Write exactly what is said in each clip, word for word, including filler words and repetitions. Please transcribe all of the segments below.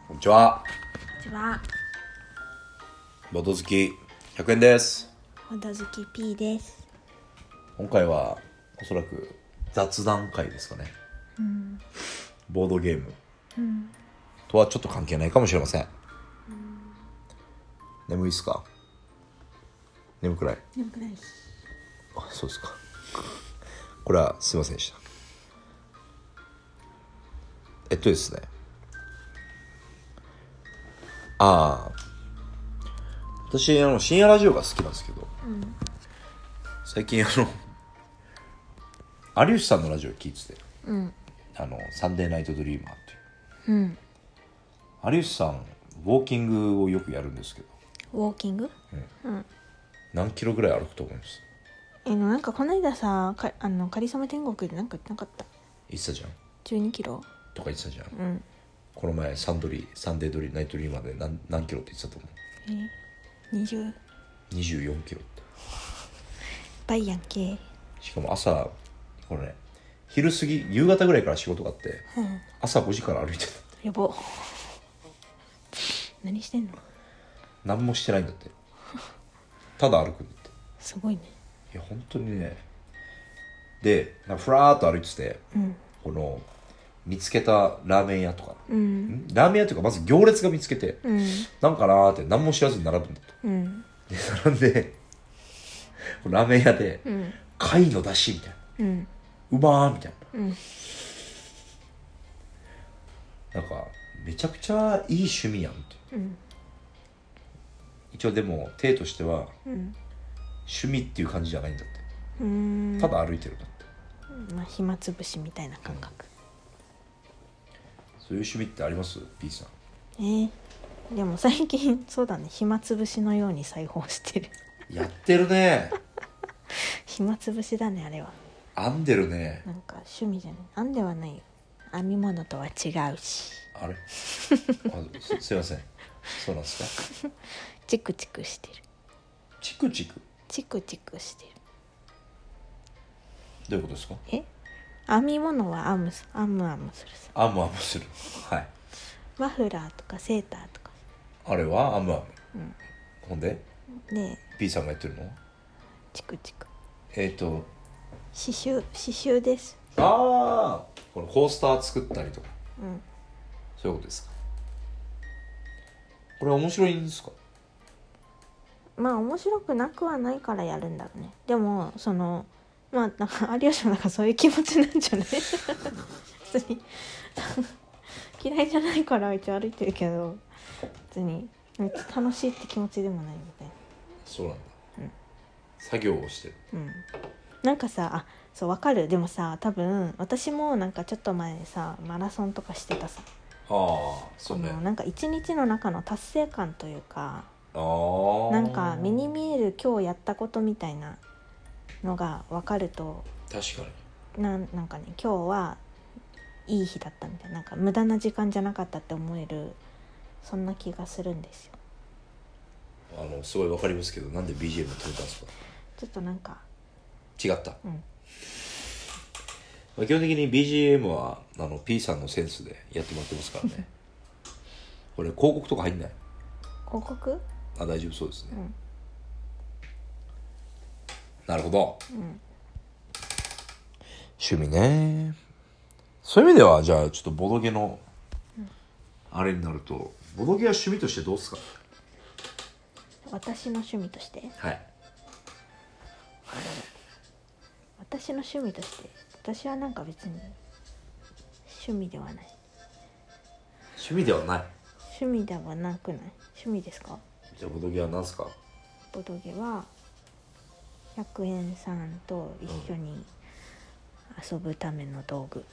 こんにちは。 こんにちは。 ボト好きひゃくえんです。 ほど好き P です。 今回はおそらく雑談会ですかね。 うん。 ボードゲームうんとはちょっと関係ないかもしれません。 うん、 眠いっすか？眠くない？ 眠くないし。 あ、そうですか。これはすいませんでした。えっとですね。ああ、私あの深夜ラジオが好きなんですけど、 うん、 最近あの有吉さんのラジオ聞いてて、 うん、 あのサンデーナイトドリーマーっていう、 うん。 有吉さんウォーキングをよくやるんですけど、 ウォーキング？うん。うん、 何キロぐらい歩くと思います？ え、なんかこの間さ、かあのかりそめ天国でなんか言ってなかった？ 言ってたじゃん。 じゅうにキロとか言ってたじゃん。 うん。 この前サンドリサンデードリナイトドリーマーで何何キロって言ってたと思う？ え、にじゅう？ にじゅうよんキロって。 バイやんけ。 しかも朝これね、昼過ぎ夕方ぐらいから仕事があって、 うん。 朝ごじから歩いてた。 やば。何してんの？ 何もしてないんだって。ただ歩くんだって。 すごいね。 いや本当にね。でなんかふらーっと歩いてて、 うん。 この見つけたラーメン屋とか、 うん。 んラーメン屋というかまず行列が見つけて、 うん。 なんかなーって何も知らずに並ぶんだと。 うん。 で並んでラーメン屋で、 うん。 貝の出汁みたいな、 うん。 うまーみたいな、 うん。 なんかめちゃくちゃいい趣味やんって。 うん。 一応でも体としてはうん。 趣味っていう感じじゃないんだって。 うん。 ただ歩いてるんだって。 まあ暇つぶしみたいな感覚。 そういう趣味ってあります P さん？ えー、でも最近そうだね、暇つぶしのように裁縫してる。 やってるね。 暇つぶしだね、あれは。 編んでるね。 なんか趣味じゃない、編んではないよ、編み物とは違うし。 あれあ す, すいません、そうなんですか？ チクチクしてる。 チクチクチクチクしてる。 どういうことですか？ え、編み物は編む編む編むするさ。 編む編むする。はい。 マフラーとかセーターとか。 あれは編む編む、 うん、 ほんでで P さんがやってるの？ チクチクえっ、ー、と刺繍刺繍です。 ああ、このコースター作ったりとか、 うん、 そういうことですか？これ面白いんですか？ まあ面白くなくはないからやるんだろうね。でもそのまあなんか有吉もなんかそういう気持ちなんじゃない？普通に嫌いじゃないから一応歩いてるけど、別にめっちゃ楽しいって気持ちでもないみたいな。 そうなんだ、 うん、 作業をしてる。 うん、なんかさ、あ、そうわかる。でもさ、多分私もなんかちょっと前さマラソンとかしてたさ。 ああ、そうね。 なんか一日の中の達成感というか、 あなんか目に見える今日やったことみたいなのが分かると、 確かに な, なんかね今日はいい日だったみたいな、なんか無駄な時間じゃなかったって思える、そんな気がするんですよ。 にあのすごいわかりますけど、なんで ビージーエム 止めたんですか？ ちょっとなんか違った、 うん、 まあ、基本的に ビージーエム はあの P さんのセンスでやってもらってますからね。これ広告とか入んない？ 広告？ あ、大丈夫そうですね、 うん、 なるほど、 うん、 趣味ね。そういう意味ではじゃあちょっとボドゲのあれになると、ボドゲは趣味としてどうですか？ 私の趣味としてはい。 私の趣味として私はなんか別に趣味ではない。 趣味ではない。 趣味ではなくない？趣味ですか？ じゃあボドゲは何ですか？ ボドゲはひゃくえんさんと一緒に遊ぶための道具、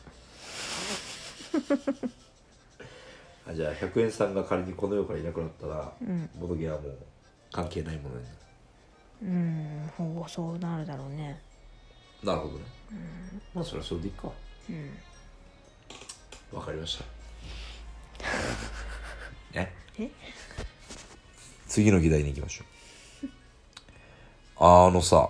うん、あ、じゃあひゃくえんさんが仮にこの世からいなくなったら、 うん、 ボドゲはもう関係ないものになる。 うん、ほぼそうなるだろうね。 なるほどね、 うん、 まあそれはそれでいいか。 うん、 わかりました。ええ次の議題に行きましょう。あのさ、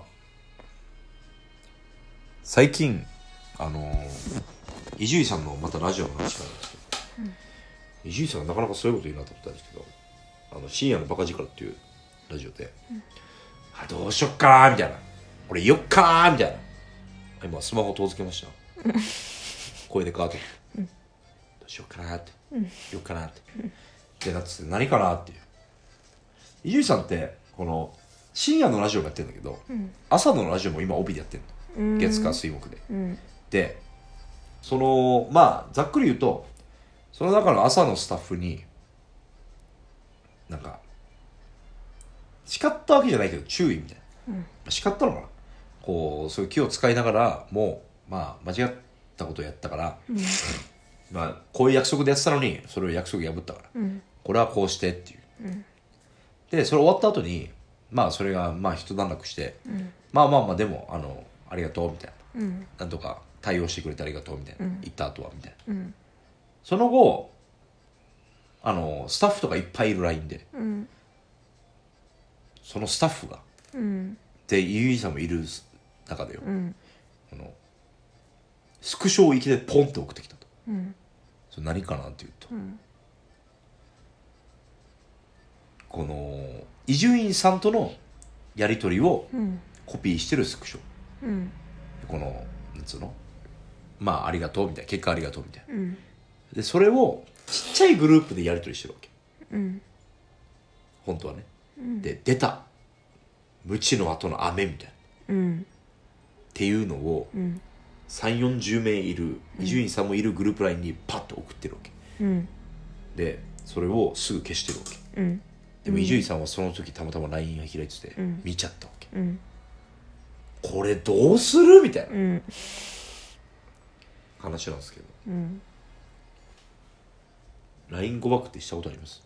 最近あの伊集院さんのまたラジオの話なんですけど、 伊集院さんがなかなかそういうこと言うなと思ったんですけど、あの深夜のバカ力っていうラジオで、うん、あどうしよっかなみたいな、俺言おっかなみたいな、今スマホ遠づけました声でかーと、うん、どうしよっかなって、うん、言おっかなって、うん、でなってて何かなっていう。伊集院さんってこの深夜のラジオもやってるんだけど、うん、朝のラジオも今帯でやってるの、月火水木で、うん、でそのまあざっくり言うとその中の朝のスタッフになんか叱ったわけじゃないけど注意みたいな、うん、叱ったのかな、こうそういう気を使いながらもうまあ間違ったことをやったから、うん、まあこういう約束でやってたのにそれを約束破ったから、うん、これはこうしてっていう、うん、でそれ終わった後にまあそれがまあ一段落して、うん、まあまあまあでもあのありがとうみたいな、うん、なんとか対応してくれてありがとうみたいな、うん、言った後はみたいな、うん、その後あのスタッフとかいっぱいいる ライン で、うん、そのスタッフが、うん、でゆいさんもいる中でよ、うん、あのスクショをいきなりポンって送ってきたと、うん、それ何かなっていうと、うん、この伊集院さんとのやり取りをコピーしてるスクショ、うん、このなんつうのまあありがとうみたいな、結果ありがとうみたいな、うん、でそれをちっちゃいグループでやり取りしてるわけ、うん、本当はね、うん、で出た無知の後の雨みたいな、うん、っていうのを、うん、さんじゅうよんじゅうめいいる伊集院さんもいるグループラインにパッと送ってるわけ、うん、でそれをすぐ消してるわけ、うん、でも伊集院さんはその時たまたま ライン が開いてて、うん、見ちゃったわけ、うん、これどうするみたいな、うん、話なんですけど、うん、ライン 誤爆ってしたことあります？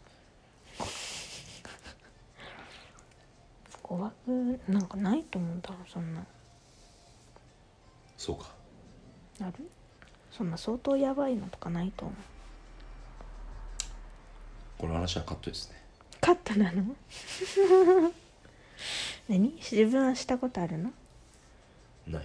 誤爆なんかないと思うんだろう、そんな。 そうか。 ある？そんな相当やばいのとかないと思う。 この話はカットですね。 カットなの？何？自分はしたことあるの？ ない。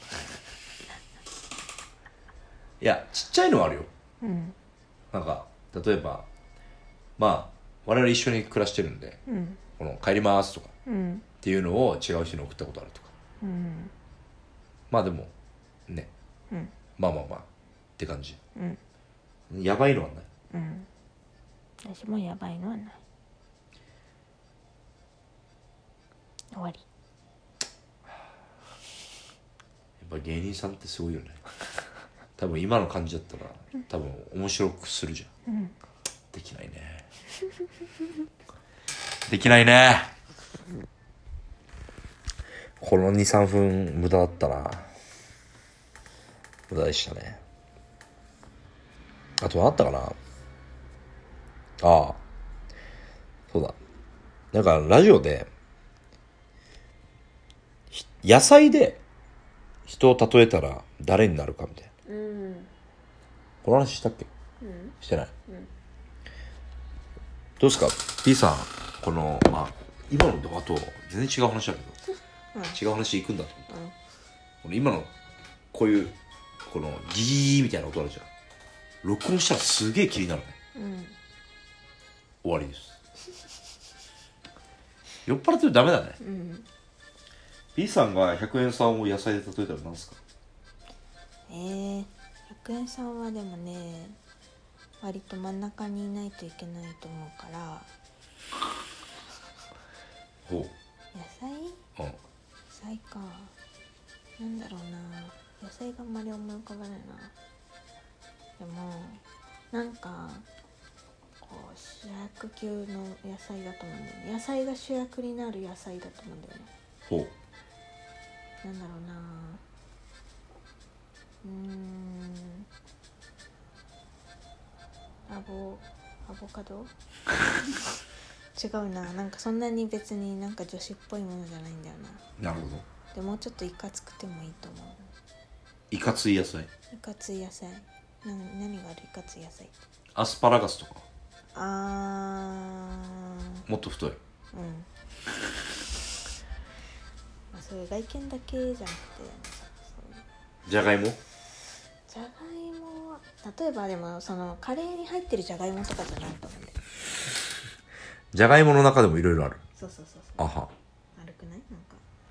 いやちっちゃいのはあるよ、うん、なんか例えばまあ我々一緒に暮らしてるんで、うん、この帰りますとか、うん、っていうのを違う人に送ったことあるとか、うん、まあでもね、うん、まあまあまあって感じ、うん、やばいのはない、うん、 私もやばいのはない。終わり。 やっぱ芸人さんってすごいよね。多分今の感じだったら多分面白くするじゃん、うん、できないねできないね。この にさんぷん無駄だったな。無駄でしたね。あと何あったかな。ああそうだ、なんかラジオで野菜で人を例えたら誰になるかみたいな、うん、この話したっけ、うん、してない、うん、どうですか P さん、このまあ今の動画と全然違う話だけど、うん、違う話いくんだと思った、うん、この今のこういうこのギーみたいな音あるじゃん、録音したらすげえ気になるね、うん、終わりです。酔っ払ってるとダメだね、うん、B さんがひゃくえんさんを野菜で例えたら何ですか？ えー、ひゃくえんさんはでもね割と真ん中にいないといけないと思うから。 ほう。 野菜？うん。野菜か。なんだろうな。野菜があんまり思い浮かばないな。でもなんかこう主役級の野菜だと思うんだよね。野菜が主役になる野菜だと思うんだよね。 ほう。 なんだろうな。うーん。アボアボカド違うな、なんかそんなに別になんか女子っぽいものじゃないんだよな。なるほど。 でもうちょっといかつくてもいいと思う。 いかつい野菜。 いかつい野菜。な何があるいかつい野菜って。 アスパラガスとか。 あー。 もっと太い。うん。 まあそれ外見だけじゃなくて。 じゃがいも。 じゃがいも例えばでもそのカレーに入ってるじゃがいもとかじゃないと思うんだよ。 じゃがいもの中でもいろいろある。 そうそうそうそう。 あは。 悪くない？なんか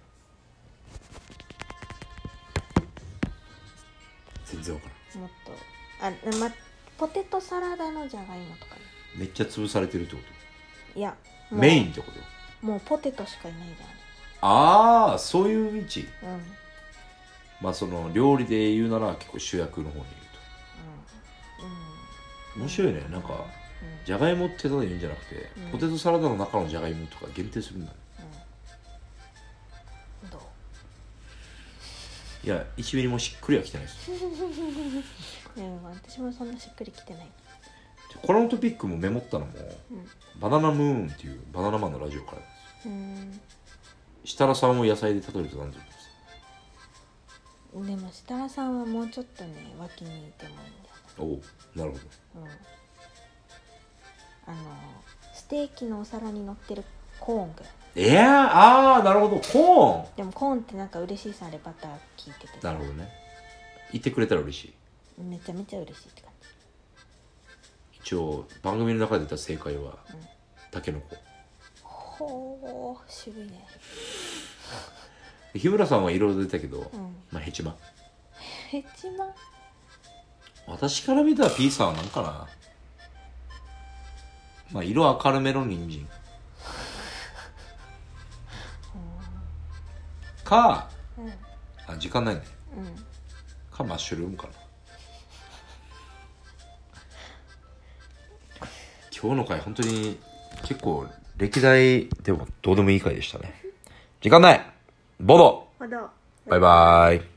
全然わからん。 もっとあ、ま、ポテトサラダのじゃがいもとかね。 めっちゃ潰されてるってこいやと？メインってこと？ もうポテトしかいないじああ、そういう位置。 ゃん。うん。 まあその料理で言うなら結構主役の方にいると。 うん。 面白いね。なんかじゃがいもってただ言うんじゃなくて、 うん、 ポテトサラダの中のじゃがいもとか限定するんだね。 うん、どう？ いや、いちミリもしっくりはきてないです。 いや私もそんなしっくりきてない。 このトピックもメモったのも、うん、バナナムーンっていうバナナマンのラジオからです。うん、設楽さんを野菜で例えると何て言うんですか？ でも設楽さんはもうちょっとね脇にいてもいいんだよ。 おお、なるほど。うん、 あのステーキのお皿に乗ってるコーンぐらい。 えー、ああ、なるほど。コーン。 でもコーンってなんか嬉しいさ、あれバター効いてて。 なるほどね。言ってくれたら嬉しい。 めちゃめちゃ嬉しいって感じ。 一応番組の中で言った正解は、うん、タケノコ。 ほー、渋いね。 日村さんはいろいろ出たけど、うん、まあヘチマ。 ヘチマ。 私から見たらピーさんは何かな。まあ色明るめの人参か、うん、あ時間ないね、うん、かマッシュルームかな。今日の回本当に結構歴代でもどうでもいい回でしたね。時間ないボドボドバイバイ。